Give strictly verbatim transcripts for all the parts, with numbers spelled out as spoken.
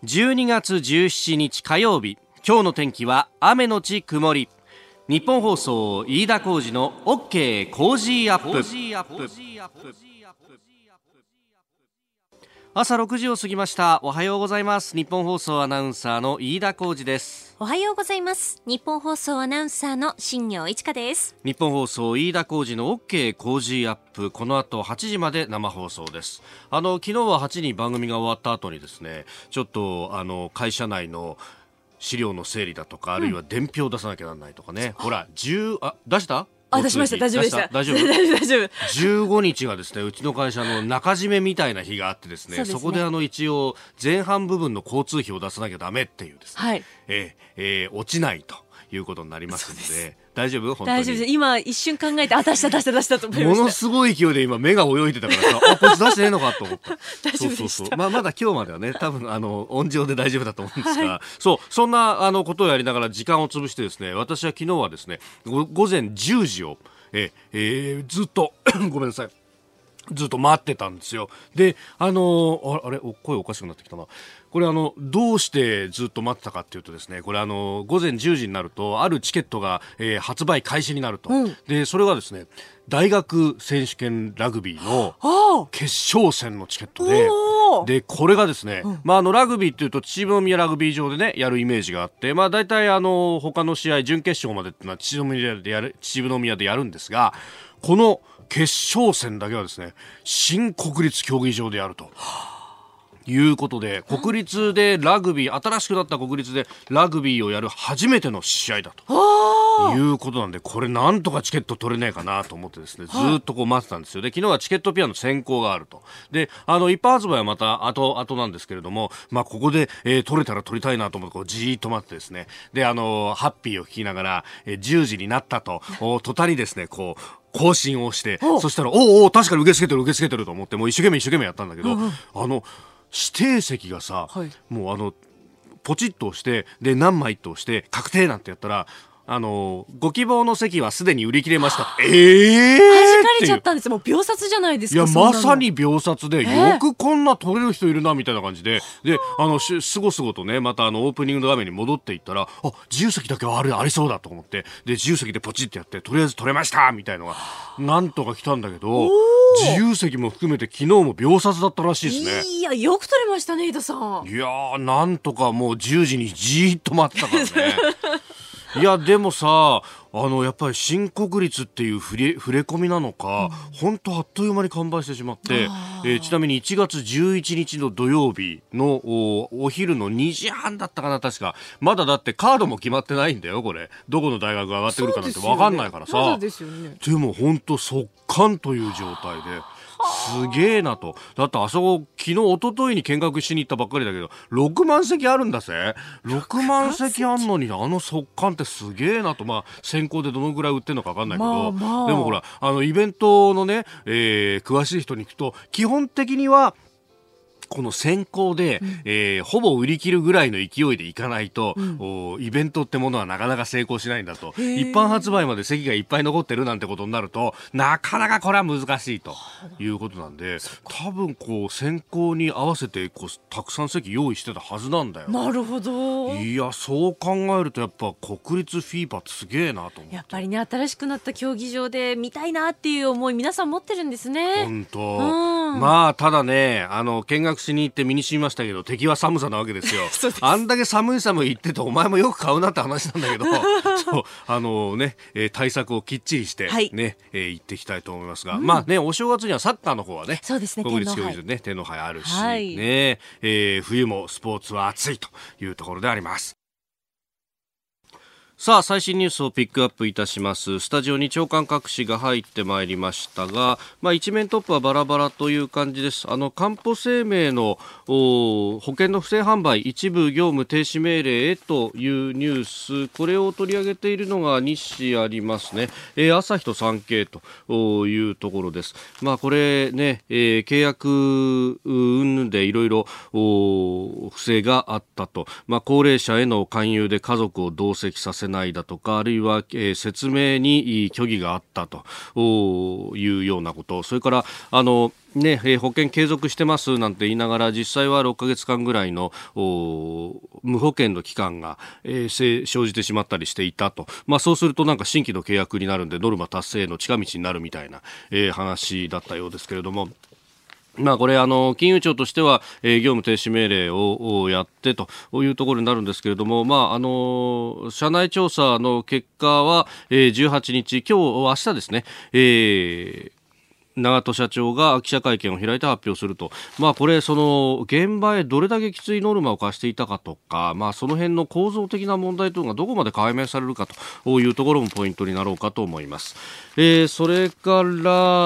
じゅうにがつじゅうしちにち火曜日、今日の天気は雨のち曇り。日本放送飯田浩司の OK コージーアップ。朝ろくじを過ぎました。おはようございます。日本放送アナウンサーの飯田浩司です。 おはようございます。日本放送アナウンサーの新業一華です。 日本放送飯田浩司の OK コージーアップ、この後はちじまで生放送です。あの昨日ははちじに番組が終わった後にですね、ちょっとあの会社内の資料の整理だとか、あるいは伝票を出さなきゃならないとかね、うん、ほらじゅうあ出したあ、出しました。大丈夫でした。 大丈夫大丈夫。 じゅうごにちがですね、うちの会社の中締めみたいな日があってですね、 そ, ですねそこであの一応前半部分の交通費を出さなきゃダメっていうですね、はい、えーえー、落ちないということになりますので、大丈夫？本当に大丈夫です。今一瞬考えて、あ、出した出した出したと思いました。 ものすごい勢いで今目が泳いでたからさ、あ、こいつ出してねえのかと思った大丈夫でした。 そうそうそう、まあ、まだ今日まではね、多分あの音上で大丈夫だと思うんですが、はい、そうそんなあのことをやりながら時間を潰してですね、私は昨日はですね、ご午前じゅうじをええー、ずっとごめんなさいずっと待ってたんですよ。で、あのー、あれ声おかしくなってきたな。これあのどうしてずっと待ってたかっていうとですね、これあの午前じゅうじになるとあるチケットが、えー、発売開始になると、うん、でそれがですね、大学選手権ラグビーの決勝戦のチケットで、でこれがですね、うん、まあ、あのラグビーっていうと秩父宮ラグビー場でねやるイメージがあって、まあ、大体あの他の試合準決勝までっていうのは秩父宮でやる秩父宮でやるんですが、この決勝戦だけはですね、新国立競技場でやるということで、国立でラグビー、新しくなった国立でラグビーをやる初めての試合だということなんで、これなんとかチケット取れねえかなと思ってですね、ずっとこう待ってたんですよ。で、昨日はチケットピアの選考があると。で、あの一般発売はまた後々なんですけれども、まあここで、えー、取れたら取りたいなと思ってこうじーっと待ってですね、で、あのハッピーを聞きながら、えー、じゅうじになったと途端にですね、こう更新をして、そしたらおうおう確かに受け付けてる受け付けてると思って、もう一生懸命一生懸命やったんだけど、うんうん、あの指定席がさ、はい、もうあのポチッと押してで何枚と押して確定なんてやったら、あのご希望の席はすでに売り切れました。えー、 弾かれちゃったんです。もう秒殺じゃないですか。 いやまさに秒殺で、よくこんな取れる人いるなみたいな感じで、であのすごすごとね、またあのオープニングの画面に戻っていったら、あ、自由席だけはあるありそうだと思って、で自由席でポチってやって、とりあえず取れましたみたいのがなんとか来たんだけど、自由席も含めて昨日も秒殺だったらしいですね。 いや、よく取れましたね、飯田さん。 いやー、なんとかもうじゅうじにじーっと待ったからねいやでもさ、あのやっぱり新国立っていう触れ、触れ込みなのか、本当、うん、あっという間に完売してしまって、えー、ちなみにいちがつじゅういちにちの土曜日の お, お昼のにじはんだったかな、確か。まだだってカードも決まってないんだよ、これ。どこの大学が上がってくるかなんて分かんないからさ。 そうですよね。 でも本当速乾という状態ですげえなと。だってあそこ昨日一昨日に見学しに行ったばっかりだけど、ろくまんせきあるんだぜ。ろくまんせきあんのにあの速乾ってすげえなと。まあ先行でどのぐらい売ってるのか分かんないけど、まあまあ、でもほらあのイベントのね、えー、詳しい人に聞くと、基本的にはこの先行で、うん、えー、ほぼ売り切るぐらいの勢いでいかないと、うん、イベントってものはなかなか成功しないんだと。一般発売まで席がいっぱい残ってるなんてことになると、なかなかこれは難しいということなんで、多分こう先行に合わせてこうたくさん席用意してたはずなんだよ。 なるほど。 いや、そう考えるとやっぱ国立フィーバーってすげえなと思って。 やっぱりね、新しくなった競技場で見たいなっていう思い皆さん持ってるんですね。 本当、うん、まあただね、あの見学しに行って身に染みましたけど、敵は寒さなわけですよそうです。 あんだけ寒い寒い言っててお前もよく買うなって話なんだけどそうあのね、えー、対策をきっちりして、はいねえー、行っていきたいと思いますが、うん、まあね、お正月にはサッカーの方はね、 そうですね、 国立競技場ね、天皇杯あるし、 はいねえー、冬もスポーツは暑いというところであります。さあ、最新ニュースをピックアップいたします。スタジオに朝刊各紙が入ってまいりましたが、まあ、一面トップはバラバラという感じです。あのかんぽ生命の保険の不正販売一部業務停止命令へというニュース、これを取り上げているのがに紙ありますね。えー、朝日と産経というところです。まあ、これね、えー、契約云々でいろいろ不正があったったと、まあ、高齢者への勧誘で家族を同席させないだとか、あるいは、えー、説明に虚偽があったというようなこと、それからあのね、えー、保険継続してますなんて言いながら実際はろっかげつかんぐらいの無保険の期間が、えー、生じてしまったりしていたと、まあ、そうするとなんか新規の契約になるんでノルマ達成への近道になるみたいな、えー、話だったようですけれども、まあ、これあの金融庁としては、えー、業務停止命令をやってというところになるんですけれども、まあ、あの社内調査の結果は、えー、じゅうはちにち、今日明日ですね、えー長門社長が記者会見を開いて発表すると、まあ、これその現場へどれだけきついノルマを課していたかとか、まあ、その辺の構造的な問題というのがどこまで解明されるかというところもポイントになろうかと思います。えー、それから、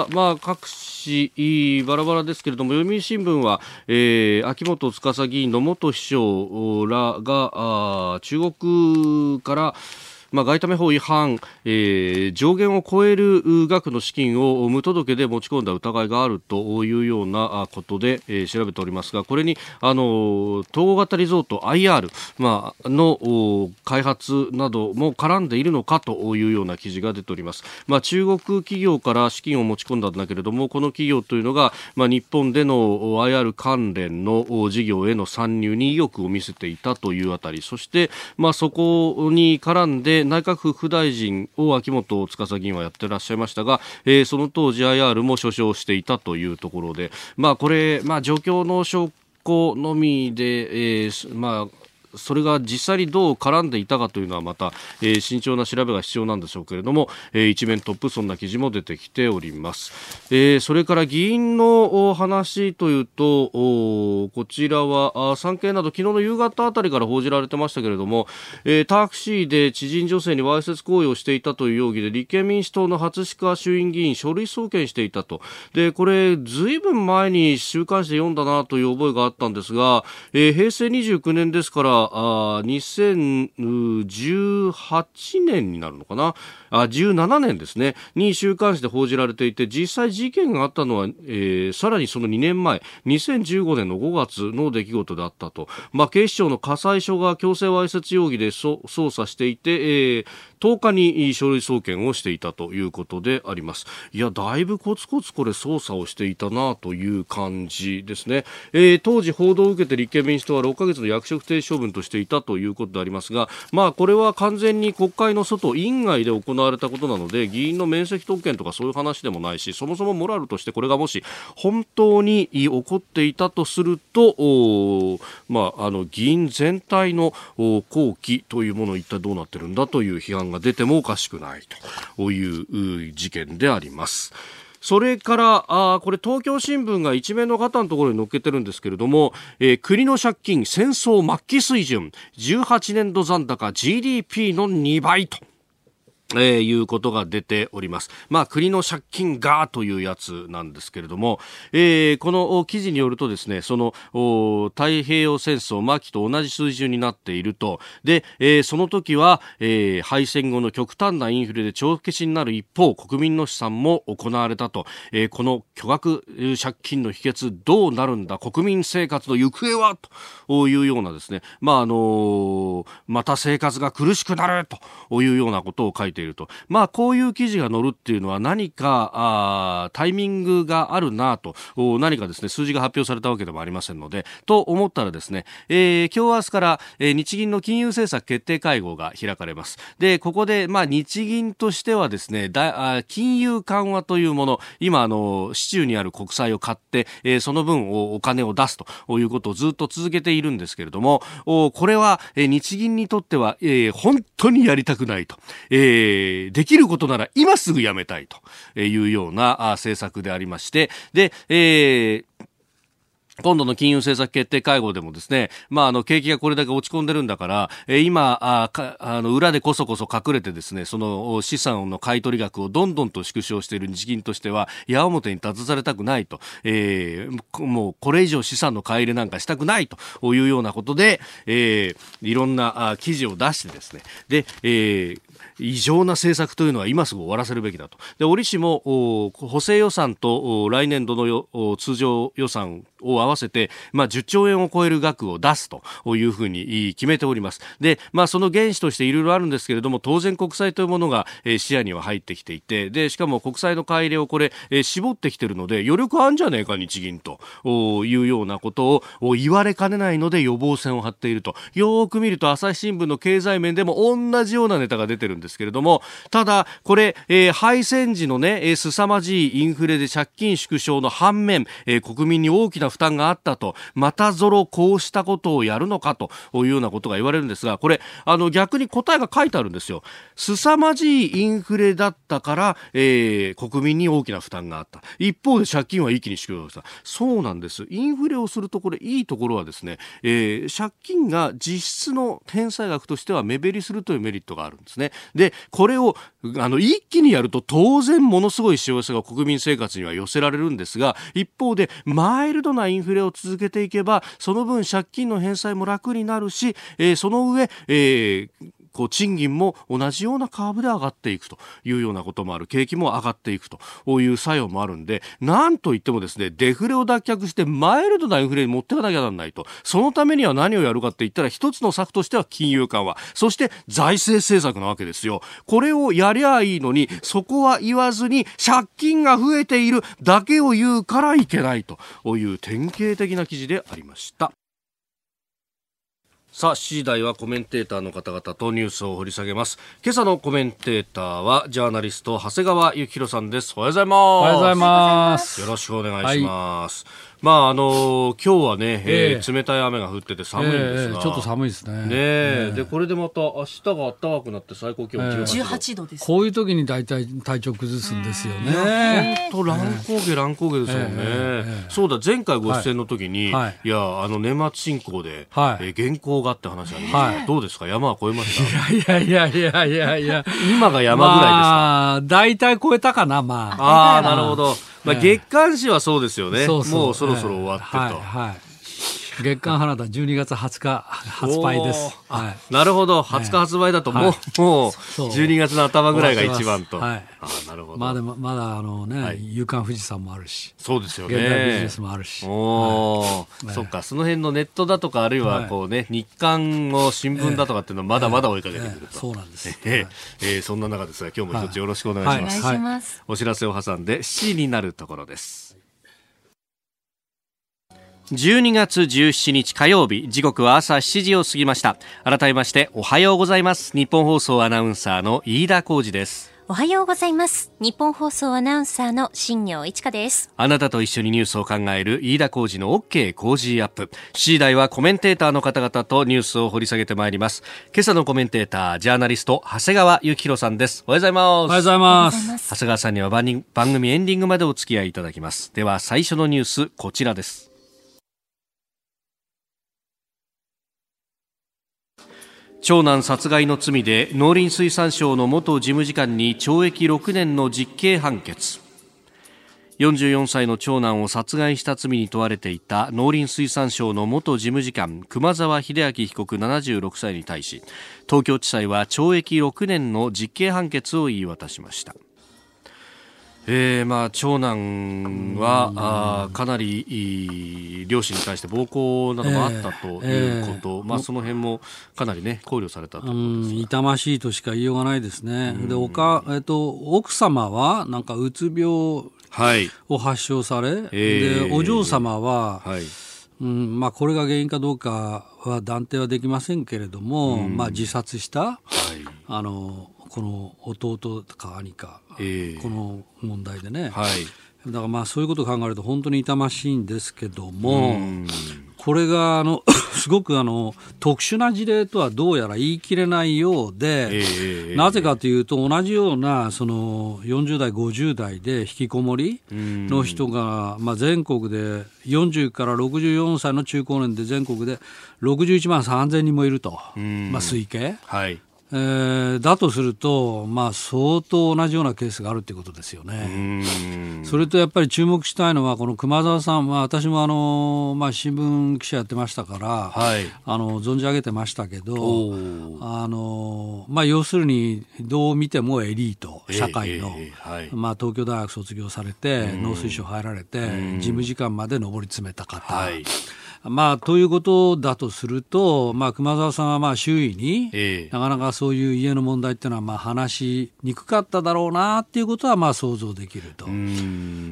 まあ、各紙バラバラですけれども、読売新聞は、えー、秋元司議員の元秘書らがあ中国からまあ、外為法違反、えー、上限を超える額の資金を無届けで持ち込んだ疑いがあるというようなことで、えー、調べておりますが、これにあの統合型リゾート アイアール、まあ、の開発なども絡んでいるのかというような記事が出ております。まあ、中国企業から資金を持ち込んだんだけれども、この企業というのが、まあ、日本での アイアール 関連の事業への参入に意欲を見せていたというあたり、そして、まあ、そこに絡んで内閣府副大臣を秋元司議員はやってらっしゃいましたが、えー、その当時 アイアール も所掌していたというところで、まあ、これ、まあ、状況の証拠のみで、えーまあそれが実際にどう絡んでいたかというのはまた、えー、慎重な調べが必要なんでしょうけれども、えー、一面トップそんな記事も出てきております。えー、それから議員の話というと、こちらは産経など昨日の夕方あたりから報じられてましたけれども、えー、タクシーで知人女性にわいせつ行為をしていたという容疑で立憲民主党の初鹿衆院議員書類送検していたと。でこれずいぶん前に週刊誌で読んだなという覚えがあったんですが、えー、平成にじゅうきゅうねんですからあにせんじゅうはちねんになるのかな、あじゅうななねんですねに週刊誌で報じられていて、実際事件があったのは、えー、さらにそのにねんまえにせんじゅうごねんのごがつの出来事であったと。まあ、警視庁の加西署が強制わいせつ容疑で捜査していて、えー、とおかに書類送検をしていたということであります。いやだいぶコツコツこれ捜査をしていたなという感じですね。えー、当時報道を受けて立憲民主党はろっかげつの役職停止処分としていたということでありますが、まあ、これは完全に国会の外院外で行われたことなので、議員の免責特権とかそういう話でもないし、そもそもモラルとしてこれがもし本当に起こっていたとすると、まあ、あの議員全体の綱紀というものを一体どうなってるんだという批判が出てもおかしくないという事件であります。それからあこれ東京新聞が一面の肩のところに載っけてるんですけれども、えー、国の借金戦争末期水準じゅうはちねんど残高 ジーディーピー のにばいとえー、いうことが出ております。まあ、国の借金がというやつなんですけれども、えー、この記事によるとですね、その太平洋戦争末期と同じ水準になっていると。で、えー、その時は、えー、敗戦後の極端なインフレで帳消しになる一方、国民の資産も行われたと。えー、この巨額借金の秘訣どうなるんだ、国民生活の行方はというようなですね、まああのー、また生活が苦しくなるというようなことを書いていると。まあ、こういう記事が載るっていうのは何かあタイミングがあるなと、何かですね数字が発表されたわけでもありませんので、と思ったらですね、えー、今日明日から、えー、日銀の金融政策決定会合が開かれます。でここで、まあ、日銀としてはですねだあ金融緩和というもの、今あの市中にある国債を買って、えー、その分をお金を出すということをずっと続けているんですけれども、これは、えー、日銀にとっては、えー、本当にやりたくないと、えー、できることなら今すぐやめたいというような政策でありまして、で、えー今度の金融政策決定会合でもですね、まあ、あの景気がこれだけ落ち込んでるんだから、えー、今あかあの裏でこそこそ隠れてですね、その資産の買い取り額をどんどんと縮小している日銀としては矢面に立たされたくないと、えー、もうこれ以上資産の買い入れなんかしたくないというようなことで、えー、いろんなあ記事を出してですね、で、えー異常な政策というのは今すぐ終わらせるべきだと。で折しも補正予算と来年度のよ通常予算を合わせて、まあ、じゅっちょうえんを超える額を出すというふうに決めております。で、まあ、その原資としていろいろあるんですけれども、当然国債というものが視野には入ってきていて、でしかも国債の買い入れをこれ絞ってきているので、余力あんじゃねえか日銀というようなことを言われかねないので予防線を張っていると。よく見ると朝日新聞の経済面でも同じようなネタが出てるんですけれども、ただこれ、えー、敗戦時のね、凄まじいインフレで借金縮小の反面、えー、国民に大きな負担があったと、またぞろこうしたことをやるのかというようなことが言われるんですが、これあの逆に答えが書いてあるんですよ。凄まじいインフレだったから、えー、国民に大きな負担があった。一方で借金は一気に縮小した。そうなんです。インフレをするとこれいいところはですね、えー、借金が実質の返済額としては目減りするというメリットがあるんですね。でこれをあの一気にやると当然ものすごい幸せが国民生活には寄せられるんですが、一方でマイルドなインフレを続けていけばその分借金の返済も楽になるし、えー、その上、えーこう賃金も同じようなカーブで上がっていくというようなこともある。景気も上がっていくという作用もあるんで、なんといってもですね、デフレを脱却してマイルドなインフレに持っていかなきゃならないと。そのためには何をやるかって言ったら、一つの策としては金融緩和、そして財政政策なわけですよ。これをやりゃいいのに、そこは言わずに借金が増えているだけを言うからいけないという典型的な記事でありました。さあ、しちじ台はコメンテーターの方々とニュースを掘り下げます。今朝のコメンテーターはジャーナリスト長谷川幸宏さんです。おはようございます。 おはようございます。 よろしくお願いします。はい、まああのー、今日はね、えー、冷たい雨が降ってて寒いんですが、 えー、ちょっと寒いですね。ねえー、でこれでまた明日が暖かくなって最高気温じゅうはちどです。 こういう時に大体体調崩すんですよね。 本当乱高下乱高下ですもんね。えーえー、そうだ、前回ご出演の時に、はい、いやあの年末進行で、はい、えー、原稿があって話ありました、はい、どうですか、山は越えました？ いやいやいやいやいや今が山ぐらいですか？まあ、大体超えたかな。まあああ、なるほど。まあ、月刊誌はそうですよね。そうそう、もうそろそろ終わってと、はいはい、 月刊花田じゅうにがつはつか発売です。はい、 なるほど、はつか発売だともう、はい、もうじゅうにがつの頭ぐらいが一番と、はい、あ、なるほど。 まだまだあのね、はい、夕刊富士山もあるし、 そうですよね、 現代ビジネスもあるし、 お、はい、そっか、その辺のネットだとかあるいはこう、ね、はい、日刊の新聞だとかっていうのはまだまだ追いかけてくると、えーえー、 そうなんです、 えーえー、そんな中ですが今日も一つよろしくお願いします。 はいはい、 お知らせを挟んでしちじになるところです。じゅうにがつじゅうしちにち火曜日、時刻は朝しちじを過ぎました。改めましておはようございます。日本放送アナウンサーの飯田浩司です。 おはようございます。日本放送アナウンサーの新業一華です。 あなたと一緒にニュースを考える飯田浩司の OK 工事アップ。しちじ台はコメンテーターの方々とニュースを掘り下げてまいります。今朝のコメンテーター、ジャーナリスト長谷川幸宏さんです。おはようございます。おはようございます。 長谷川さんには番組エンディングまでお付き合いいただきます。では最初のニュース、こちらです。長男殺害の罪で農林水産省の元事務次官に懲役ろくねんの実刑判決。よんじゅうよんさいの長男を殺害した罪に問われていた農林水産省の元事務次官熊沢秀明被告ななじゅうろくさいに対し、東京地裁は懲役ろくねんの実刑判決を言い渡しました。えーまあ、長男はあかなり両親に対して暴行などもあったということ、えーえーまあ、その辺もかなり、ね、考慮されたということですが、 痛ましいとしか言いようがないですね。でおか、えー、と奥様はなんかうつ病を発症され、はい、でお嬢様は、はい、うんまあ、これが原因かどうかは断定はできませんけれども、まあ、自殺した、はい、あのこの弟か兄か、えー、この問題でね、はい、だからまあそういうことを考えると本当に痛ましいんですけども、これがあのすごくあの特殊な事例とはどうやら言い切れないようで、えー、なぜかというと同じようなそのよんじゅう代ごじゅう代で引きこもりの人が、まあ、全国でよんじゅうからろくじゅうよんさいの中高年で全国でろくじゅういちまんさんぜんにんもいると、まあ、推計、はい、 えー、だとすると、まあ、相当同じようなケースがあるということですよね。うんそれとやっぱり注目したいのはこの熊沢さん、まあ、私もあの、まあ、新聞記者やってましたから、はい、あの存じ上げてましたけど、あの、まあ、要するにどう見てもエリート社会の、えーえーはいまあ、東京大学卒業されて農水省入られて事務次官まで上り詰めた方、はいまあ、ということだとすると、まあ、熊沢さんはまあ周囲に、ええ、なかなかそういう家の問題っていうのはまあ話しにくかっただろうなっていうことはまあ想像できると。うん、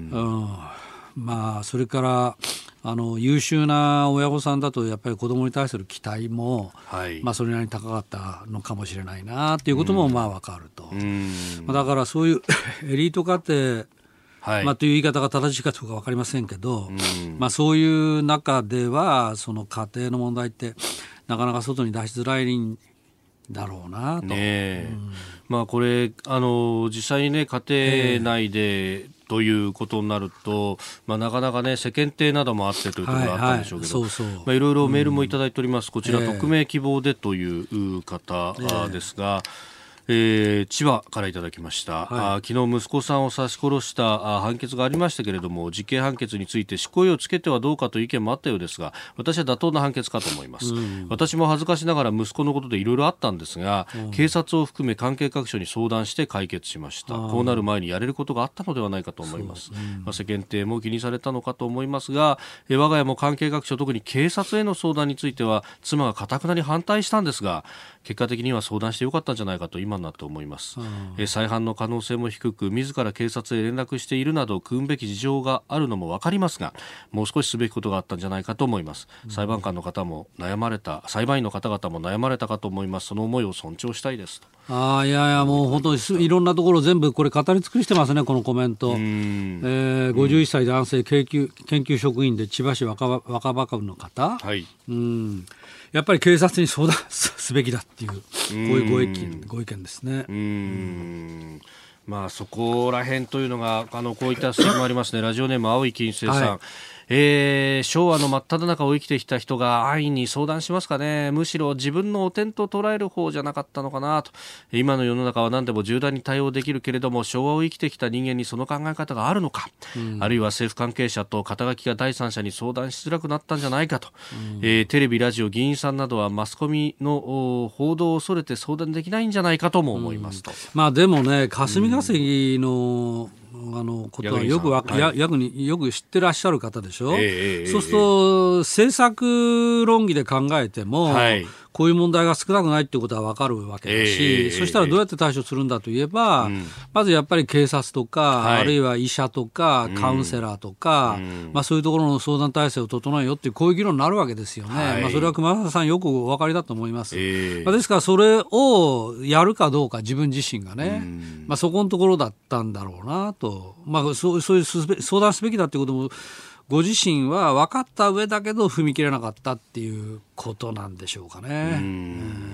うんまあ、それからあの優秀な親御さんだとやっぱり子どもに対する期待も、はいまあ、それなりに高かったのかもしれないなっていうこともまあ分かると。うんだからそういうエリート家庭はいまあ、という言い方が正しいかどうか分かりませんけど、うんまあ、そういう中ではその家庭の問題ってなかなか外に出しづらいんだろうなと、ねうんまあ、これあの実際に、ね、家庭内で、えーということになると、まあ、なかなかね世間体などもあってというところがあったんでしょうけど、はいはいそうそうまあ、いろいろメールもいただいております、うん、こちら、えー、匿名希望でという方ですが、えーえー、千葉からいただきました、はい、あ昨日息子さんを刺し殺したあ判決がありましたけれども実刑判決について執行猶予をつけてはどうかという意見もあったようですが私は妥当な判決かと思います、うん、私も恥ずかしながら息子のことでいろいろあったんですが、うん、警察を含め関係各所に相談して解決しましたこうなる前にやれることがあったのではないかと思います、うんまあ、世間体も気にされたのかと思いますがえ我が家も関係各所特に警察への相談については妻が堅くなに反対したんですが結果的には相談してよかったんじゃないかと今になって思います、うん、え再犯の可能性も低く自ら警察へ連絡しているなど汲むべき事情があるのも分かりますがもう少しすべきことがあったんじゃないかと思います、うん、裁判官の方も悩まれた裁判員の方々も悩まれたかと思いますその思いを尊重したいですとあいやいやもう本当にいろんなところ全部これ語り尽くしてますねこのコメント、うんえー、ごじゅういっさい男性研究、研究職員で千葉市若葉若葉区の方、はい、うんやっぱり警察に相談すべきだっていうこういうご意見、ご意見ですね。うーんまあ、そこら辺というのがあのこういった指摘もありますね。ラジオネーム青い金星さん、はいえー、昭和の真っ只中を生きてきた人が安易に相談しますかね。むしろ自分の汚点と捉える方じゃなかったのかなと。今の世の中は何でも柔軟に対応できるけれども昭和を生きてきた人間にその考え方があるのか、うん、あるいは政府関係者と肩書きが第三者に相談しづらくなったんじゃないかと、うんえー、テレビラジオ議員さんなどはマスコミの報道を恐れて相談できないんじゃないかとも思いますと、うんまあ、でもね霞が関の、うんあのことはよくわ、はい、や役によく知ってらっしゃる方でしょ、えー、そうすると、えー、政策論議で考えても、はい、こういう問題が少なくないということは分かるわけだし、えー、そしたらどうやって対処するんだといえば、うん、まずやっぱり警察とか、はい、あるいは医者とかカウンセラーとか、うんまあ、そういうところの相談体制を整えよっていうこういう議論になるわけですよね、はいまあ、それは熊田さんよくお分かりだと思います、えーまあ、ですからそれをやるかどうか自分自身がね、うんまあ、そこのところだったんだろうなと、まあ、そう、そういう相談すべきだということもご自身は分かった上だけど踏み切れなかったっていうことなんでしょうかね。うんうん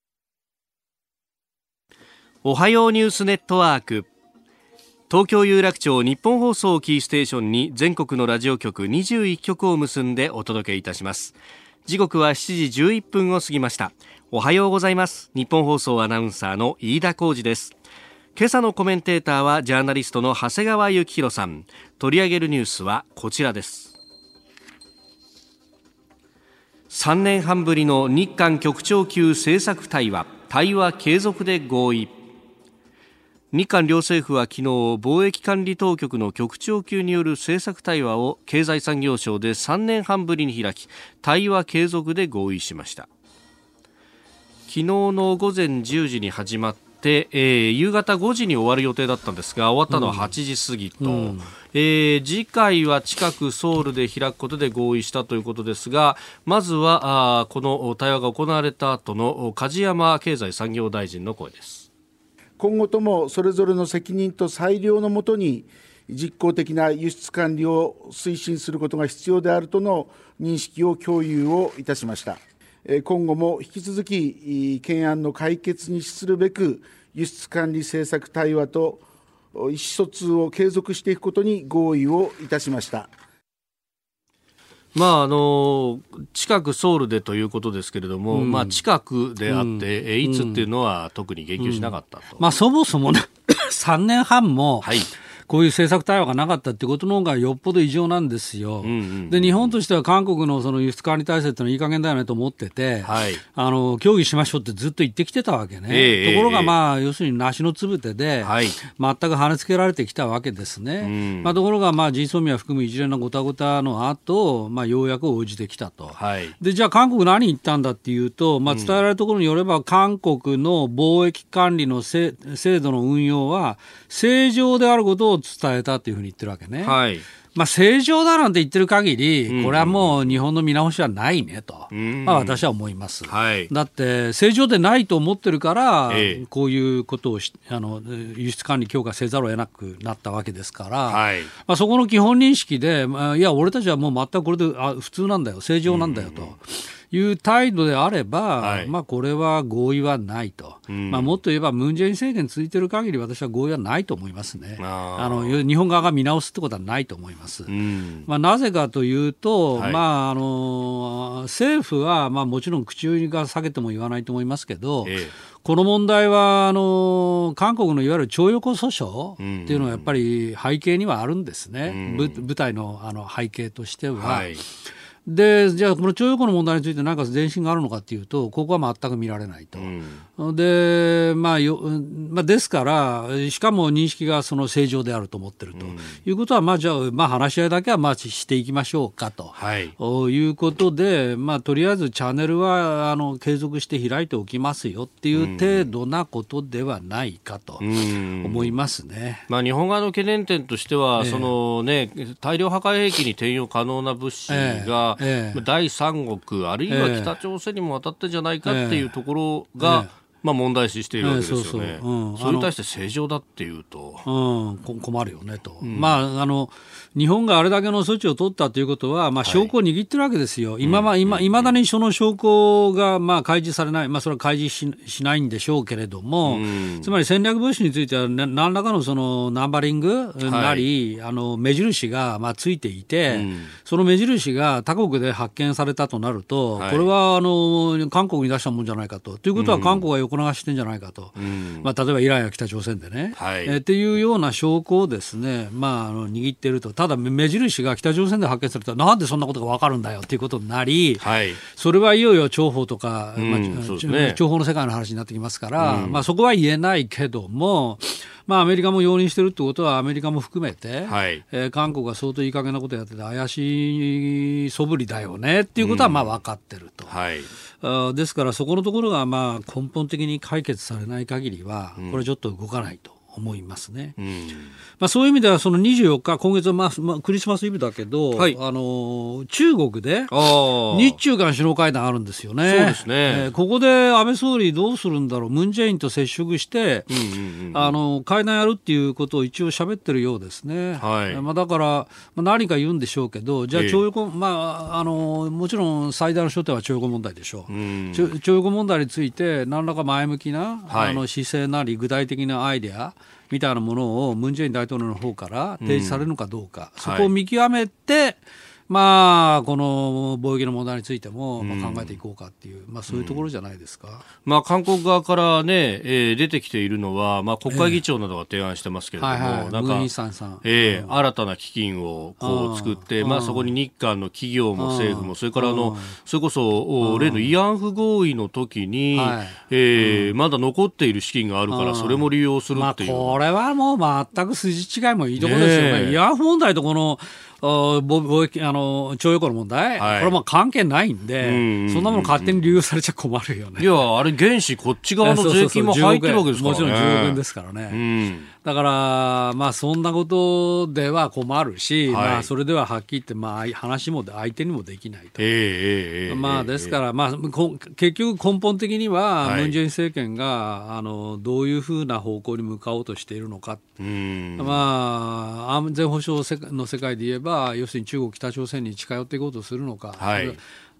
おはようニュースネットワーク東京有楽町日本放送キーステーションに全国のラジオ局にじゅういっきょくを結んでお届けいたします。時刻はしちじじゅういっぷんを過ぎました。おはようございます。日本放送アナウンサーの飯田浩司です。今朝のコメンテーターはジャーナリストの長谷川幸宏さん。取り上げるニュースはこちらです。さんねんはんぶりの日韓局長級政策対話、対話継続で合意。日韓両政府は昨日貿易管理当局の局長級による政策対話を経済産業省でさんねんはんぶりに開き対話継続で合意しました。昨日の午前じゅうじに始まって、えー、夕方ごじに終わる予定だったんですが終わったのははちじ過ぎと、うんうんえー、次回は近くソウルで開くことで合意したということですがまずはあこの対話が行われた後の梶山経済産業大臣の声です。 今後ともそれぞれの責任と裁量のもとに実効的な輸出管理を推進することが必要であるとの認識を共有をいたしました。今後も引き続き懸案の解決に資するべく輸出管理政策対話と意思疎通を継続していくことに合意をいたしました。 まああの近くソウルでということですけれども、うんまあ、近くであって、うん、えいつっていうのは特に言及しなかったと、 うんまあ、そもそも、ね、さんねんはんも、はいこういう政策対話がなかったってことの方がよっぽど異常なんですよ、うんうんうん、で日本としては韓国のその輸出管理体制ってのはいい加減だよねと思ってて、はい、あの協議しましょうってずっと言ってきてたわけね、えー、ところが、まあ、要するに梨のつぶてで、はい、全く跳ねつけられてきたわけですね、うんまあ、ところが、まあ、ジン・ソンミャ含む一連のごたごたの後、まあようやく応じてきたと、はい、でじゃあ韓国何言ったんだっていうと、まあ、伝えられるところによれば、韓国の貿易管理の制度の運用は正常であることを伝えたというふうに言ってるわけね、はいまあ、正常だなんて言ってる限りこれはもう日本の見直しはないねと、うんまあ、私は思います、はい、だって正常でないと思ってるから、ええ、こういうことをしあの輸出管理強化せざるを得なくなったわけですから、はいまあ、そこの基本認識で、まあ、いや俺たちはもう全くこれであ普通なんだよ正常なんだよと、うんいう態度であれば、はいまあ、これは合意はないと、うんまあ、もっと言えばムン・ジェイン政権続いている限り私は合意はないと思いますね。ああの日本側が見直すってことはないと思います、うんまあ、なぜかというと、はいまあ、あの政府は、まあ、もちろん口が下げても言わないと思いますけど、ええこの問題はあの韓国のいわゆる徴用工訴訟っていうのはやっぱり背景にはあるんですね、うん、部隊 の, あの背景としては、はいでじゃあこの徴用工の問題について何か前進があるのかというとここは全く見られないと、うん、で, まあよまあ、ですからしかも認識がその正常であると思っていると、うん、いうことは、まあ、じゃあ、まあ、話し合いだけはまあしていきましょうかと、はい、いうことで、まあ、とりあえずチャンネルはあの継続して開いておきますよっていう程度なことではないかと思いますね、 うんまあ、日本側の懸念点としては、えーそのね、大量破壊兵器に転用可能な物資が、えーええ、第三国あるいは北朝鮮にも渡ってんじゃないかっていうところが、ええまあ、問題視しているわけですよね、ええ、そうそう、うん、それに対して正常だっていうと、 うん、困るよねと、うんまあ、あの日本があれだけの措置を取ったということは、まあ、証拠を握ってるわけですよ、はい、今ま、今、今だにその証拠がまあ開示されない、まあ、それは開示 し, しないんでしょうけれども、うん、つまり戦略物資については何らかのそのナンバリングなり、はい、あの目印がまあついていて、うん、その目印が他国で発見されたとなると、はい、これはあの韓国に出したもんじゃないかと。ということは韓国が横流ししてんじゃないかと、うんまあ、例えばイランや北朝鮮でね、はいえー、っていうような証拠をですね、まあ、あの握っていると。ただ目印が北朝鮮で発見されたらなんでそんなことが分かるんだよということになり、はい、それはいよいよ諜報とか、うんまあね、諜報の世界の話になってきますから、うんまあ、そこは言えないけども、まあ、アメリカも容認しているということはアメリカも含めて、はいえー、韓国が相当いい加減なことをやってて怪しい素振りだよねっていうことはまあ分かっていると、うんはい、あですからそこのところがまあ根本的に解決されない限りはこれちょっと動かないと思いますね、うんまあ、そういう意味ではそのにじゅうよっか今月は、まあまあ、クリスマスイブだけど、はい、あの中国で日中間首脳会談あるんですよね。そうですね、えー、ここで安倍総理どうするんだろう。ムン・ジェインと接触して、うんうんうん、あの会談やるっていうことを一応喋ってるようですね、はいまあ、だから、まあ、何か言うんでしょうけどじゃあ徴用工、えーまあ、あのもちろん最大の焦点は徴用工問題でしょう、うん、徴用工問題について何らか前向きな、はい、あの姿勢なり具体的なアイデアみたいなものをムン・ジェイン大統領の方から提示されるのかどうか、うん、そこを見極めて、はいまあ、この貿易の問題についても、まあ、考えていこうかっていう、まあ、そういうところじゃないですか、うんまあ、韓国側から、ねえー、出てきているのは、まあ、国会議長などが提案してますけれども、えーはいはい、なんか、えーうん、新たな基金をこう作って、まあ、そこに日韓の企業も政府もそれからあのそれこそ例の慰安婦合意の時に、はいえーうん、まだ残っている資金があるからそれも利用するっていう、まあ、 これはもう全く筋違いもいいところですよね。慰安婦問題とこの貿易あの徴用工の問題、はい、これはまあ関係ないんで、うんうんうん、そんなもの勝手に利用されちゃ困るよね。 いやあれ原資こっち側の税金も入ってるわけですからね。 もちろんじゅうおくえんですからね、うん、だからまあそんなことでは困るし、はいまあ、それでははっきり言って、まあ、話も相手にもできないと、えーえーまあ、ですから、まあ、結局根本的には、はい、ムン・ジェイン政権があのどういうふうな方向に向かおうとしているのか、うんまあ、安全保障の世界で言えば要するに中国北朝鮮に近寄っていこうとするのか、はい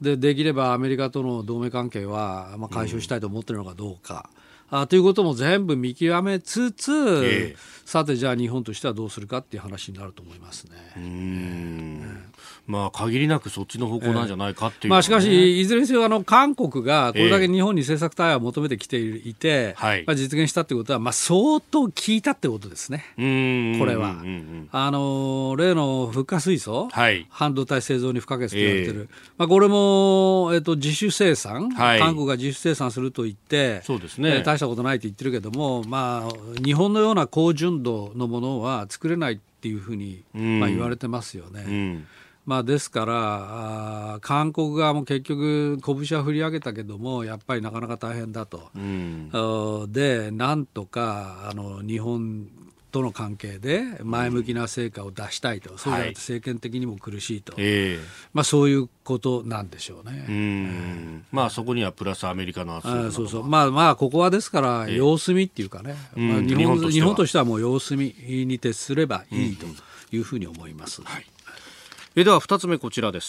でできればアメリカとの同盟関係は、まあ、解消したいと思っているのかどうか、うん、あということも全部見極めつつ、えー、さてじゃあ日本としてはどうするかっていう話になると思いますね。 うーん、まあ、限りなくそっちの方向なんじゃないかっていう、ね、 まあ、しかしいずれにせよあの韓国がこれだけ日本に政策対話を求めてきていて、えーまあ、実現したということは、まあ、相当効いたってことですね。うーん、これはあの例のフッ化水素、はい、半導体製造に不可欠と言われている、えーまあ、これも、えー、と自主生産、はい、韓国が自主生産すると言ってそうですね、えー、大したことないと言ってるけども、まあ、日本のような高純度のものは作れないっていうふうに、まあ、言われてますよね。うん、まあ、ですからあ韓国側も結局拳は振り上げたけどもやっぱりなかなか大変だと、うん、でなんとかあの日本との関係で前向きな成果を出したいと、うん、そうじゃなくて政権的にも苦しいと、はい、まあ、そういうことなんでしょうね。うん、 えーまあ、そこにはプラスアメリカの圧力なども、 そうそう、まあまあ、ここはですから様子見っていうかね、えーまあ、日本、うん、日本としてはもう様子見に徹すればいいというふうに思います。うん、はい、 えではふたつめこちらです。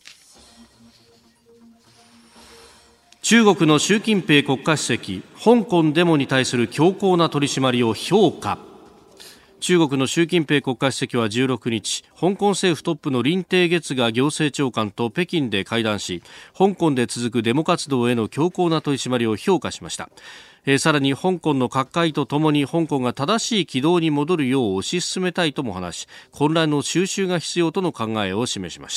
中国の習近平国家主席、香港デモに対する強硬な取り締まりを評価。中国の習近平国家主席はじゅうろくにち、香港政府トップの林鄭月娥行政長官と北京で会談し、香港で続くデモ活動への強硬な取り締まりを評価しました。えー、さらに香港の各界とともに香港が正しい軌道に戻るよう推し進めたいとも話し、混乱の収拾が必要との考えを示しました。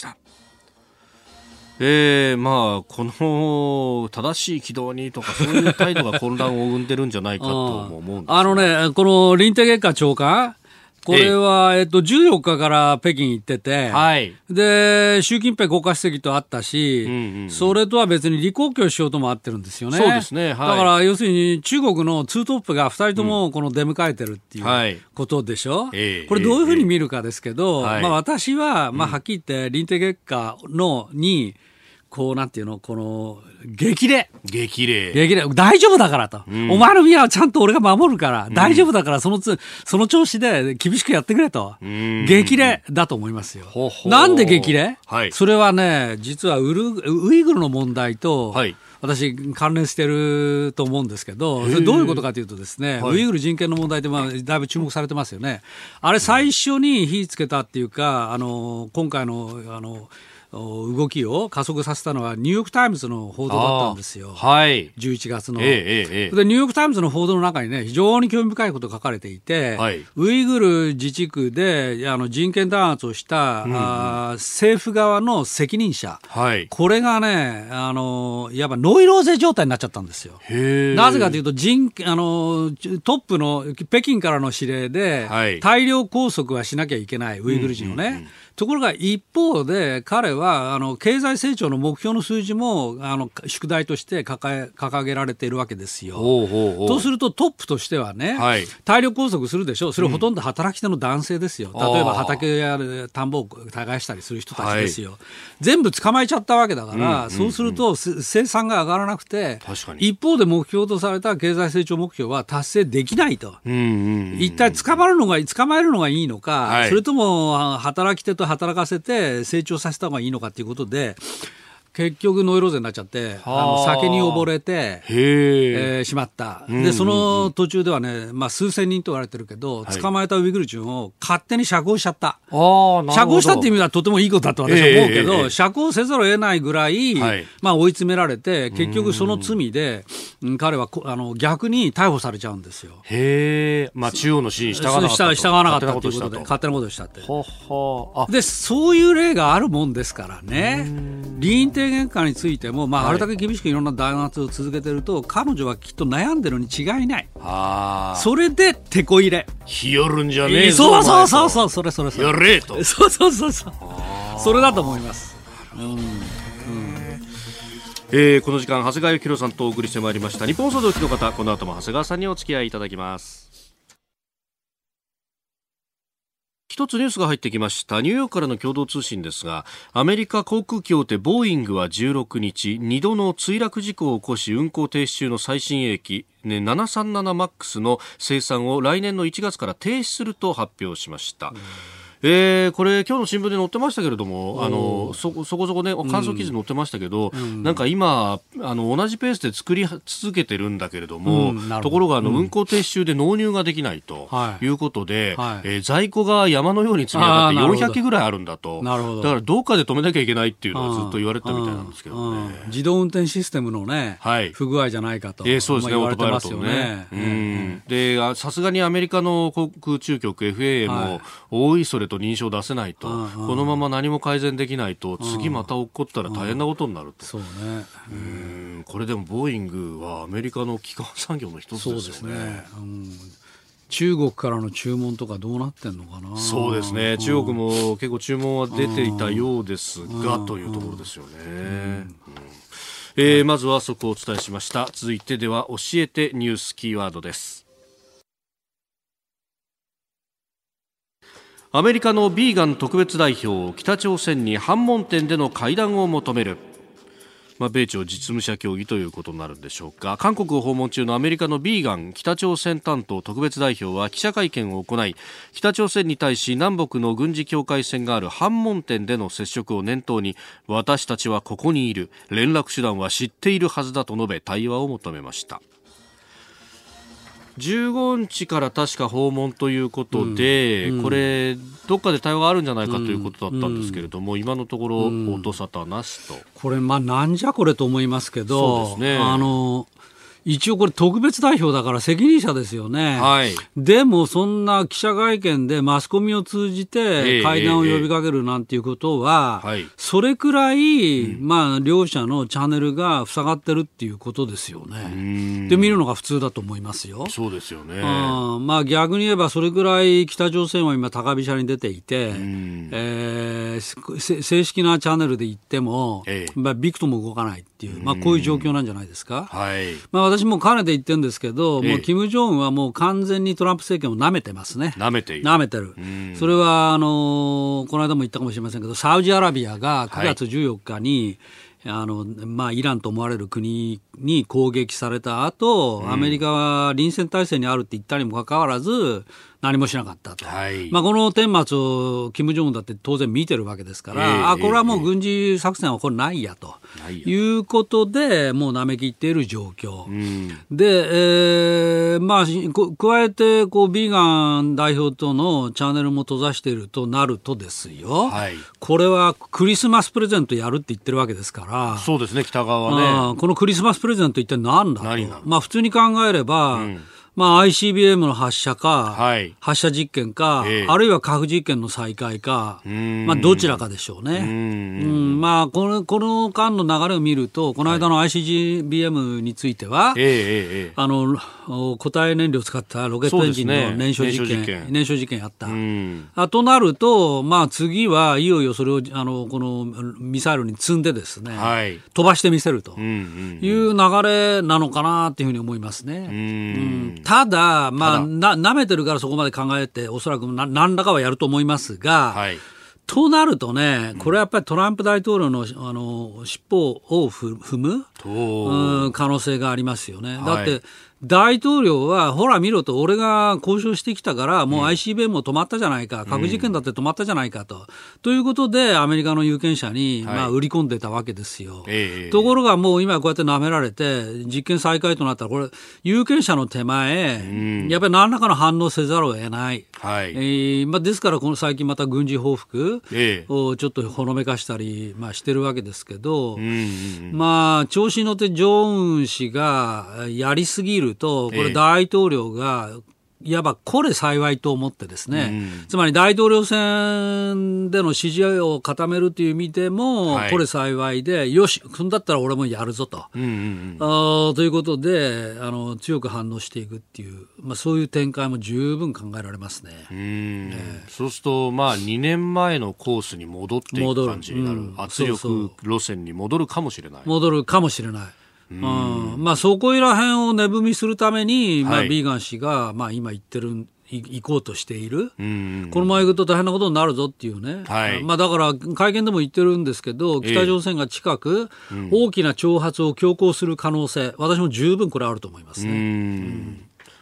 えーまあ、この正しい軌道にとかそういう態度が混乱を生んでるんじゃないかとも思うんですがあのね、この林鄭月娥長官これは、えっと、じゅうよっかから北京行ってて、はい、で、習近平国家主席と会ったし、うんうんうん、それとは別に李克強首相とも会ってるんですよね。 そうですね。はい、 だから、要するに中国のツートップがふたりともこの出迎えてるっていうことでしょ。うん、はい、これどういうふうに見るかですけど、えーえーまあ、私は、まあ、はっきり言って林鄭月娥のに、こうなんていうのこの激励激励激励大丈夫だからと、うん、お前の宮はちゃんと俺が守るから、うん、大丈夫だからそのつその調子で厳しくやってくれと、うん、激励だと思いますよ。ほほなんで激励、はい、それはね実はウルウイグルの問題と、はい、私関連してると思うんですけど、それどういうことかというとですね、はい、ウイグル人権の問題ってまあだいぶ注目されてますよね。あれ最初に火つけたっていうか、あの今回のあの動きを加速させたのはニューヨークタイムズの報道だったんですよ。はい、じゅういちがつの、えーえー、でニューヨークタイムズの報道の中にね非常に興味深いことが書かれていて、はい、ウイグル自治区であの人権弾圧をした、うんうん、あ政府側の責任者、はい、これがねあのいわばノイローゼ状態になっちゃったんですよ。へなぜかというと人あのトップの北京からの指令で、はい、大量拘束はしなきゃいけないウイグル人をね、うんうんうん、ところが一方で彼はあの経済成長の目標の数字もあの宿題として掲げ、掲げられているわけですよ。ほうほうほうとするとトップとしてはね、はい、大量拘束するでしょ。それほとんど働き手の男性ですよ。うん、例えば畑や田んぼを耕したりする人たちですよ。はい、全部捕まえちゃったわけだから、うんうん、そうすると生産が上がらなくて、一方で目標とされた経済成長目標は達成できないと。うんうんうん、一体捕まるのが捕まえるのがいいのか、はい、それとも働き手と働かせて成長させた方がいいのかということで結局ノイローゼになっちゃってあの酒に溺れて、えー、しまった。でその途中ではね、まあ、数千人と言われてるけど、はい、捕まえたウイグル人を勝手に釈放しちゃった。釈放したっていう意味ではとてもいいことだと私は思うけど、えーえー、釈放せざるを得ないぐらい、はい、まあ、追い詰められて結局その罪で、うん、彼はあの逆に逮捕されちゃうんですよ。 へー、まあ、中央の指示に従わなかったと従わなかったということで勝手なことをしたって。ほほでそういう例があるもんですからね。林鄭月娥についても、まあ、あれだけ厳しくいろんな弾圧を続けてると、はい、彼女はきっと悩んでるに違いない。あそれでテこ入れひよるんじゃねえぞ。 そうそうそうそうそれそれそれやれとそうそうそうそうそれだと思います。うんうんえー、この時間長谷川幸宏さんとお送りしてまいりました日本総動機の方、この後も長谷川さんにお付き合いいただきます。一つニュースが入ってきました。ニューヨークからの共同通信ですが、アメリカ航空機大手ボーイングはじゅうろくにちにどの墜落事故を起こし運航停止中の最新鋭機、ね、ななさんななマックスの生産を来年のいちがつから停止すると発表しました。 えー、これ今日の新聞で載ってましたけれども、あの そ, そこそこね感想記事載ってましたけど、うん、なんか今あの同じペースで作り続けてるんだけれども、うん、どところがあの、うん、運行停止中で納入ができないということで、はいはい、えー、在庫が山のように積み上がってよんひゃくけぐらいあるんだと。なるほど。だからどっかで止めなきゃいけないっていうのはずっと言われてたみたいなんですけどね。 自動運転システムのね、はい、不具合じゃないかと、 えー、そうですね、言われてますよね。うん、でさすがにアメリカの航空宇宙局 エフエーエー も、はい、大いそれと認証出せないと、うん、このまま何も改善できないと、うん、次また起こったら大変なことになると、うん、そうね、うん、これでもボーイングはアメリカの基幹産業の一つですよね。そうですね、うん、 中国からの注文とかどうなってんのかな。 そうですね、中国も結構注文は出ていたようですが、というところですよね。うんうんえー、まずはそこをお伝えしました。続いてでは教えてニュースキーワードです。アメリカのビーガン特別代表、北朝鮮に反問店での会談を求める。まあ、米朝実務者協議ということになるんでしょうか。韓国を訪問中のアメリカのビーガン北朝鮮担当特別代表は記者会見を行い、北朝鮮に対し南北の軍事境界線がある反問店での接触を念頭に、私たちはここにいる、連絡手段は知っているはずだと述べ対話を求めました。じゅうごにちから確か訪問ということで、うんうん、これどっかで対話があるんじゃないかということだったんですけれども、うん、今のところ音沙汰なしと。 これまあなんじゃこれと思いますけど、 そうですね、 あの一応これ特別代表だから責任者ですよね、 はい、でもそんな記者会見でマスコミを通じて会談を呼びかけるなんていうことは、えーえー、それくらい、うん、まあ、両者のチャンネルが塞がってるっていうことですよね。で見るのが普通だと思いますよ。 そうですよね。 あ、まあ、逆に言えばそれくらい北朝鮮は今高飛車に出ていて、えー、正式なチャンネルで言っても、えーまあ、びくとも動かないっていう、まあ、こういう状況なんじゃないですか。 はい、まあ、私もかねて言ってるんですけど、ええ、もう金正恩はもう完全にトランプ政権を舐めてますね。 舐めている。 舐めてる。それはあのこの間も言ったかもしれませんけど、サウジアラビアがくがつじゅうよっかに、はい、あのまあ、イランと思われる国に攻撃された後、うん、アメリカは臨戦態勢にあるって言ったにもかかわらず何もしなかったと、はい、まあ、この顛末を金正恩だって当然見てるわけですから、えー、あこれはもう軍事作戦はこれないやと、えー、いうことでもう舐めきっている状況、うん、で、えーまあ、加えてこうビーガン代表とのチャンネルも閉ざしているとなるとですよ、はい、これはクリスマスプレゼントやるって言ってるわけですから。 そうですね、北側はね。このクリスマスプレゼント一体何だと。何なの。まあ、普通に考えれば、うん、まあ、アイシービーエム の発射か、はい、発射実験か、えー、あるいは核実験の再開か、まあ、どちらかでしょうね。うんうんまあ、この、この間の流れを見ると、この間の アイシービーエム については、はいえー、あの固体燃料を使ったロケットエンジンの燃焼実験、燃焼実験やった。あとなると、まあ、次はいよいよそれをあのこのミサイルに積んでですね、はい、飛ばしてみせるという流れなのかなというふうに思いますね。うんうんただ、まあ、な、舐めてるからそこまで考えて、おそらくな何らかはやると思いますが、はい、となるとね、これはやっぱりトランプ大統領の、あの尻尾を踏む、うん、可能性がありますよね。だって、はい大統領はほら見ろと俺が交渉してきたからもう アイシービーエム も止まったじゃないか、うん、核実験だって止まったじゃないかと、うん、ということでアメリカの有権者に、はいまあ、売り込んでたわけですよ、えー、ところがもう今こうやって舐められて実験再開となったらこれ有権者の手前、うん、やっぱり何らかの反応せざるを得ない、はいえーまあ、ですからこの最近また軍事報復をちょっとほのめかしたり、まあ、してるわけですけど、うんまあ、調子に乗ってジョンウン氏がやりすぎるとこれ大統領がいわばこれ幸いと思ってですね、うん、つまり大統領選での支持を固めるという意味でも、はい、これ幸いでよしそんだったら俺もやるぞと、うんうんうん、あということであの強く反応していくっていう、まあ、そういう展開も十分考えられますね。 うん、えー、そうすると、まあ、にねんまえのコースに戻っていく感じになる、うん、圧力路線に戻るかもしれない戻るかもしれないうんうんまあ、そこら辺を値踏みするために、まあ、ビーガン氏が、まあ、今言ってる行こうとしている、うん、このまま行くと大変なことになるぞっていうね、はいまあ、だから会見でも言ってるんですけど北朝鮮が近く大きな挑発を強行する可能性、私も十分これあると思いますね。うんうん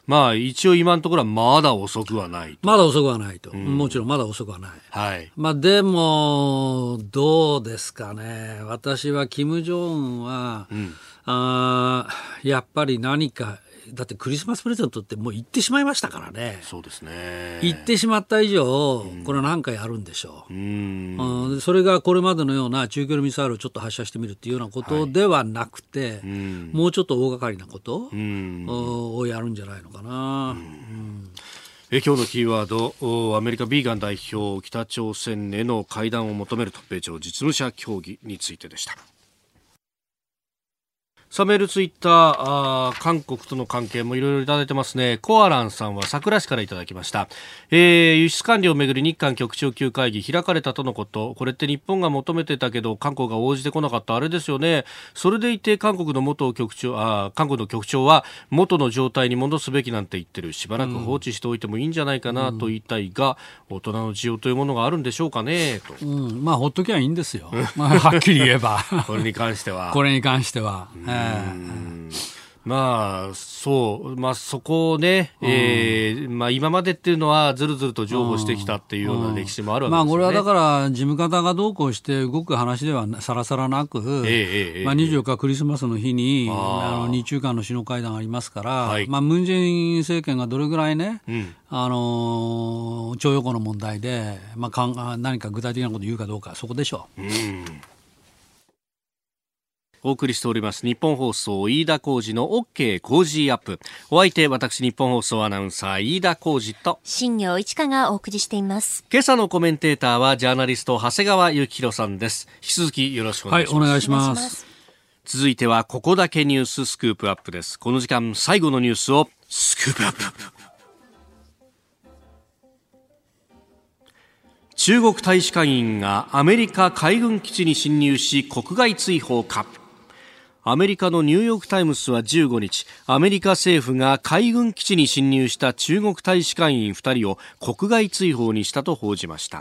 まあ、一応今のところはまだ遅くはないと。 まだ遅くはないと、うん、もちろんまだ遅くはない、 はい。 まあ、でもどうですかね。私は金正恩は、うん、あやっぱり何かだってクリスマスプレゼントってもう行ってしまいましたからね。 そうですね。 行ってしまった以上、うん、これは何かやるんでしょう、うんうん、それがこれまでのような中距離ミサイルをちょっと発射してみるっていうようなことではなくて、はい、もうちょっと大掛かりなことをやるんじゃないのかな、うん、 え今日のキーワード、アメリカビーガン代表、北朝鮮への会談を求めると米朝実務者協議についてでした。さあメールツイッター、あー韓国との関係もいろいろいただいてますね。コアランさんは桜市からいただきました。えー、輸出管理をめぐり日韓局長級会議開かれたとのこと。これって日本が求めてたけど韓国が応じてこなかったあれですよね。それでいて韓国の元局長あ韓国の局長は元の状態に戻すべきなんて言ってる。しばらく放置しておいてもいいんじゃないかなと言いたいが、うん、大人の事情というものがあるんでしょうかねと、 うん、まあほっときゃいいんですよまあ、はっきり言えばこれに関してはこれに関しては、うんうんまあそう、まあ、そこをね、うんえーまあ、今までっていうのはずるずると譲歩してきたっていうような歴史もあるわけですよね。 まあ、これはだから事務方がどうこうして動く話ではさらさらなく、えーえーまあ、にじゅうよっかクリスマスの日にあの日中間の首脳会談がありますから、はいまあ、ムン・ジェイン政権がどれぐらいね、うんあの徴用工の問題で、まあ、かん何か具体的なことを言うかどうかそこでしょう。うんお送りしております日本放送飯田浩司の OK 工事アップ。お相手私日本放送アナウンサー飯田浩司と新業一華がお送りしています。 今朝のコメンテーターはジャーナリスト長谷川幸宏さんです。引き続きよろしくお願いします。 はい、お願いします。 続いてはここだけニューススクープアップです。この時間最後のニュースをスクープアップ。中国大使館員がアメリカ海軍基地に侵入し国外追放か。アメリカのニューヨークタイムズはじゅうごにち、アメリカ政府が海軍基地に侵入した中国大使館員ふたりを国外追放にしたと報じました。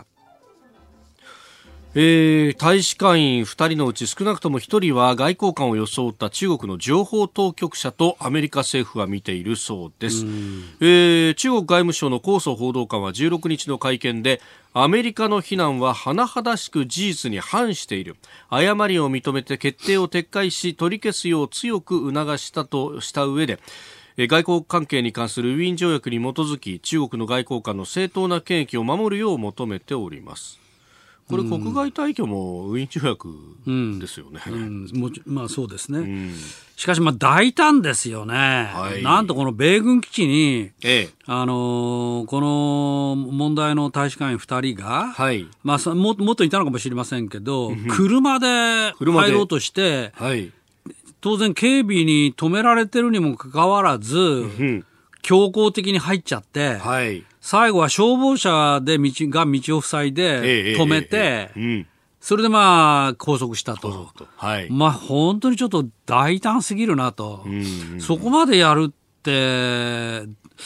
えー、大使館員ふたりのうち少なくともひとりは外交官を装った中国の情報当局者とアメリカ政府は見ているそうです。えー、中国外務省の高層報道官はじゅうろくにちの会見でアメリカの非難は甚だしく事実に反している。誤りを認めて決定を撤回し取り消すよう強く促したとした上で外交関係に関するウィーン条約に基づき中国の外交官の正当な権益を守るよう求めております。これ国外退去もウィーン条約ですよね。 うんうん、もちまあそうですね。うん、しかしまあ大胆ですよね。はい、なんとこの米軍基地に、ええあのー、この問題の大使館員ふたりが、はいまあ、も, もっといたのかもしれませんけど、うん、車で入ろうとして、はい、当然警備に止められてるにもかかわらず、うん、強行的に入っちゃって、はい最後は消防車で道が道を塞いで止めて、ええええうん、それでまあ拘束したと。はい、まあ本当にちょっと大胆すぎるなと。うんうん、そこまでやるって、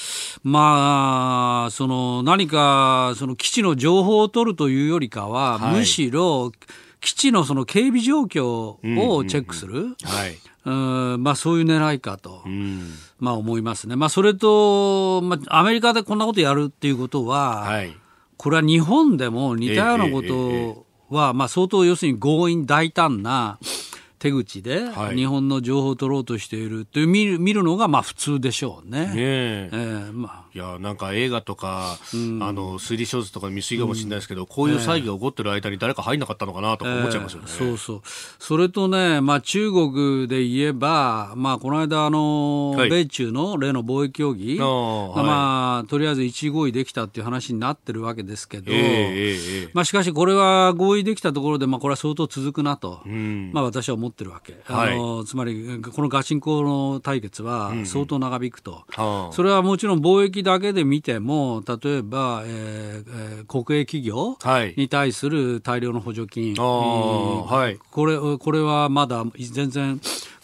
まあ、その何かその基地の情報を取るというよりかは、はい、むしろ基地のその警備状況をチェックする。うんうんうんはいうんまあ、そういう狙いかと、うんまあ、思いますね。まあ、それと、まあ、アメリカでこんなことやるっていうことは、はい、これは日本でも似たようなことは、まあ、相当要するに強引大胆な手口で日本の情報を取ろうとしているという見る、見るのがまあ普通でしょうね。ねええーまあ、いやなんか映画とか、うん、あの推理小説とか見過ぎかもしれないですけど、うん、こういう騒ぎが起こってる間に誰か入んなかったのかなとか思っちゃいますよね。 えー、そうそう。それとね、まあ、中国で言えば、まあ、この間あの、はい、米中の例の貿易協議が、はいまあ、とりあえず一致合意できたっていう話になってるわけですけど、えーえーまあ、しかしこれは合意できたところで、まあ、これは相当続くなと、うんまあ、私は思ってるわけ。あの、はい、つまりこのガチンコの対決は相当長引くと、うんうん、それはもちろん貿易だけで見ても例えば、えーえー、国営企業に対する大量の補助金、はい、これ、これはまだ全然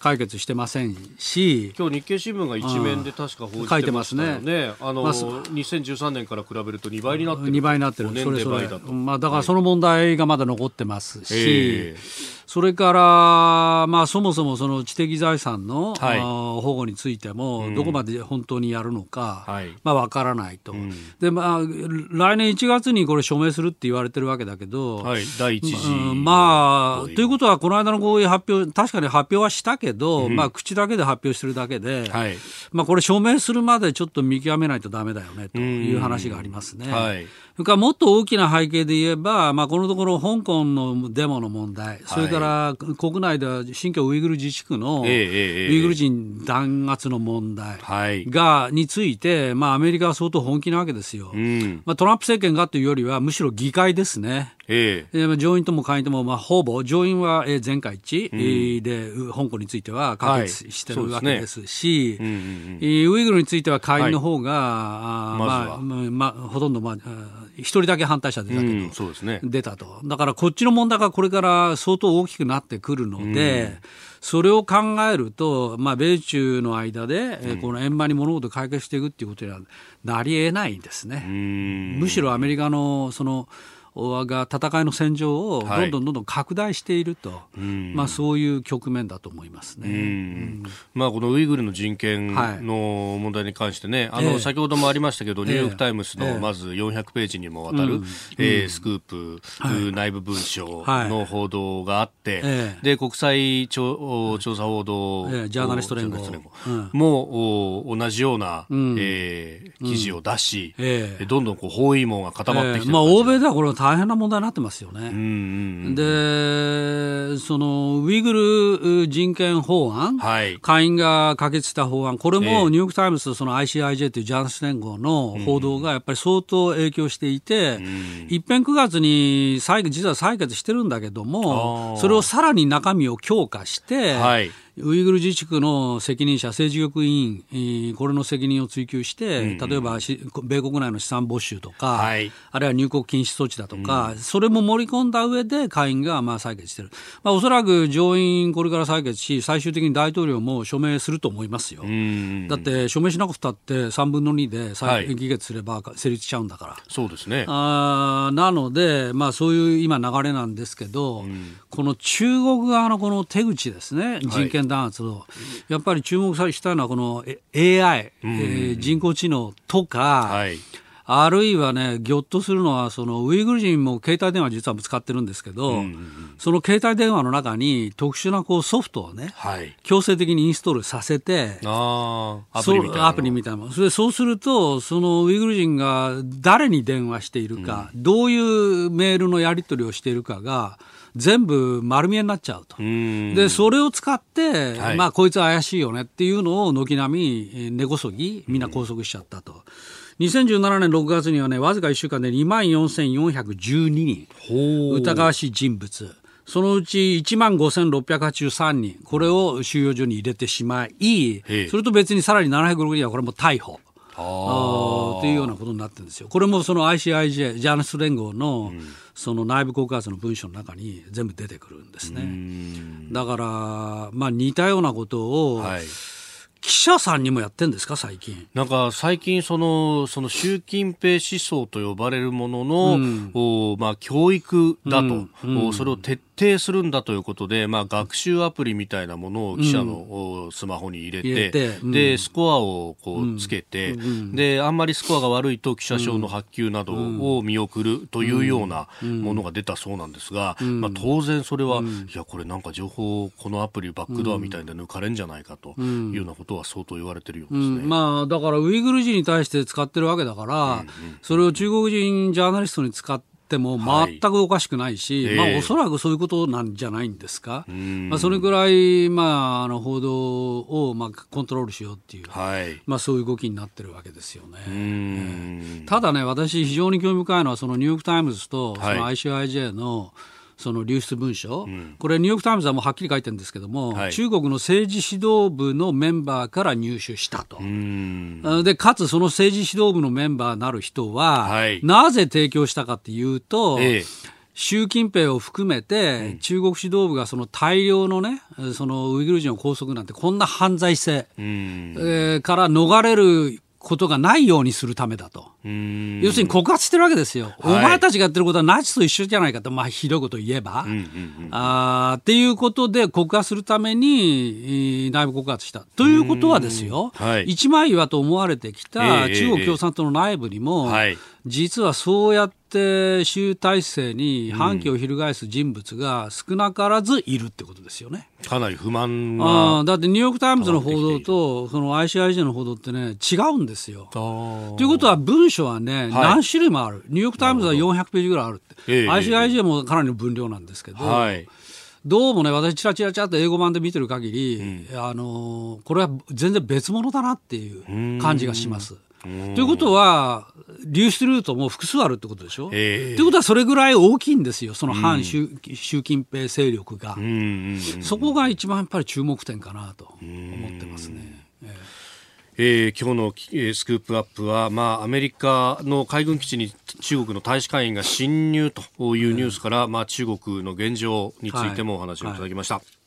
解決してませんし、 今日日経新聞が一面で確か報じてましたよね。書いてますね。あの、まあ、にせんじゅうさんねんから比べるとにばいになってる。 にばいになってる。 ごねんで倍だと。 まあ、だからその問題がまだ残ってますし、 えー、 それから、まあ、そもそもその知的財産の、はい、保護についても、うん、どこまで本当にやるのか、はい、まあ、わからないと、うん、で、まあ、来年いちがつにこれ署名するって言われてるわけだけど、 はい、第一次、 うん、まあ、ということはこの間のこういう発表、確かに発表はしたけど、うん、まあ、口だけで発表してるだけで、はい、まあ、これ署名するまでちょっと見極めないとダメだよねという話がありますね。はい、それからもっと大きな背景で言えば、まあ、このところ香港のデモの問題、はい、それから国内では新疆ウイグル自治区のウイグル人弾圧の問題が、について、まあ、アメリカは相当本気なわけですよ。うん、まあ、トランプ政権がというよりはむしろ議会ですね。ええ、上院とも下院とも、まあ、ほぼ上院は全会一致、うん、で香港については可決してるわけですし、はい、ね、うんうんうん、ウイグルについては下院の方が、はい、まあまあ、ほとんど、まあ、一人だけ反対者出たけど、うん、そうですね、出たと。だからこっちの問題がこれから相当大きくなってくるので、うん、それを考えると、まあ、米中の間で、うん、この円満に物事を解決していくということにはなり得ないんですね。うん、むしろアメリカのそのが戦いの戦場をどんどんどんどん拡大していると、はい、まあ、そういう局面だと思いますね。うん、うん、 まあ、このウイグルの人権の問題に関してね、はい、あの先ほどもありましたけど、えー、ニューヨークタイムズのまずよんひゃくページにもわたる、うんえー、スクープ、はい、内部文書の報道があって、はい、で国際調査報道、 えー、ジャーナリスト連合も、うん、同じような、うんえー、記事を出し、うんえー、どんどんこう包囲網が固まってきてる、えーまあ、 欧米ではこれ大変な問題になってますよね。うんうんうん、で、そのウイグル人権法案、はい、下院が可決した法案、これもニューヨークタイムズとその アイシーアイジェー というジャーナリスト連合の報道がやっぱり相当影響していて、うん、一遍くがつに採実は採決してるんだけども、それをさらに中身を強化して、はい、ウイグル自治区の責任者、政治局委員、これの責任を追及して、うんうん、例えば米国内の資産没収とか、はい、あるいは入国禁止措置だとか、うん、それも盛り込んだ上で下院がまあ採決している、まあ、おそらく上院これから採決し、最終的に大統領も署名すると思いますよ。うん、だって署名しなくたってさんぶんのにで議決すれば成立しちゃうんだから、はい、 そうですね。 あなので、まあ、そういう今流れなんですけど、うん、この中国側のこの手口ですね、人権弾圧の、はい、やっぱり注目したいのはこの エーアイ、うんえー、人工知能とか、はい、あるいはね、ぎょっとするのはそのウイグル人も携帯電話実は使ってるんですけど、うんうん、その携帯電話の中に特殊なこうソフトをね、はい、強制的にインストールさせて、 あアプリみたいなアプリみたいなそれそうするとそのウイグル人が誰に電話しているか、うん、どういうメールのやり取りをしているかが全部丸見えになっちゃうと。でそれを使って、はい、まあこいつ怪しいよねっていうのを軒並み根こそぎみんな拘束しちゃったと。にせんじゅうななねんろくがつにはね、わずかいっしゅうかんでにまんよんせんよんひゃくじゅうににん疑わしい人物、そのうちいちまんごせんろっぴゃくはちじゅうさんにん、これを収容所に入れてしまい、それと別にさらにななひゃくろくにんはこれも逮捕というようなことになってるんですよ。これもその アイシーアイジェー ジャーナリスト連合の、うん、その内部告発の文書の中に全部出てくるんですね。だから、まあ、似たようなことを、はい、記者さんにもやってんですか最近。 なんか最近そのその習近平思想と呼ばれるものの、うん、おまあ、教育だと、うんうん、それを徹底するんだということで、まあ、学習アプリみたいなものを記者の、うん、スマホに入れて、入れてうん、でスコアをこうつけて、うん、であんまりスコアが悪いと記者証の発給などを見送るというようなものが出たそうなんですが、うんまあ、当然それは、うん、いやこれなんか情報このアプリバックドアみたいで抜かれんじゃないかというようなことは相当言われてるようですね。 うん、まあ、だからウイグル人に対して使ってるわけだから、うんうん、それを中国人ジャーナリストに使っても全くおかしくないし、はいまあ、おそらくそういうことなんじゃないんですか。えーまあ、それぐらい、まあ、あの報道を、まあ、コントロールしようっていう、はいまあ、そういう動きになってるわけですよね。うん、ただね、私非常に興味深いのはそのニューヨークタイムズとその アイシーアイジェー のその流出文書、うん、これニューヨークタイムズはもうはっきり書いてるんですけども、はい、中国の政治指導部のメンバーから入手したと。うんでかつその政治指導部のメンバーなる人は、はい、なぜ提供したかというと、ええ習近平を含めて、うん、中国指導部がその大量のね、そのウイグル人を拘束なんてこんな犯罪性、うんえー、から逃れることがないようにするためだと。要するに告発してるわけですよ、はい、お前たちがやってることはナチスと一緒じゃないかと、まあ、ひどいことを言えば、うんうんうん、あっていうことで告発するために内部告発したということはですよ、はい、一枚岩と思われてきた中国共産党の内部にも、えーえー、実はそうやって習体制に反旗を翻す人物が少なからずいるってことですよね。 かなり不満があだってニューヨークタイムズの報道とその アイシーアイジェー の報道ってね違うんですよ。ということは文書はね、はい、何種類もある。ニューヨークタイムズはよんひゃくページぐらいあるって、えー、アイシーアイジェー もかなりの分量なんですけど、はい、どうもね私チラチラチラっと英語版で見てる限り、うん、あのこれは全然別物だなっていう感じがします。ということは流出ルートも複数あるってことでしょ。ということはそれぐらい大きいんですよ、その反習、うん、習近平勢力が、うんうんうん、そこが一番やっぱり注目点かなと思ってますね。 えー、今日の、えー、スクープアップは、まあ、アメリカの海軍基地に中国の大使館員が侵入というニュースから、まあ、中国の現状についてもお話をいただきました。はいはい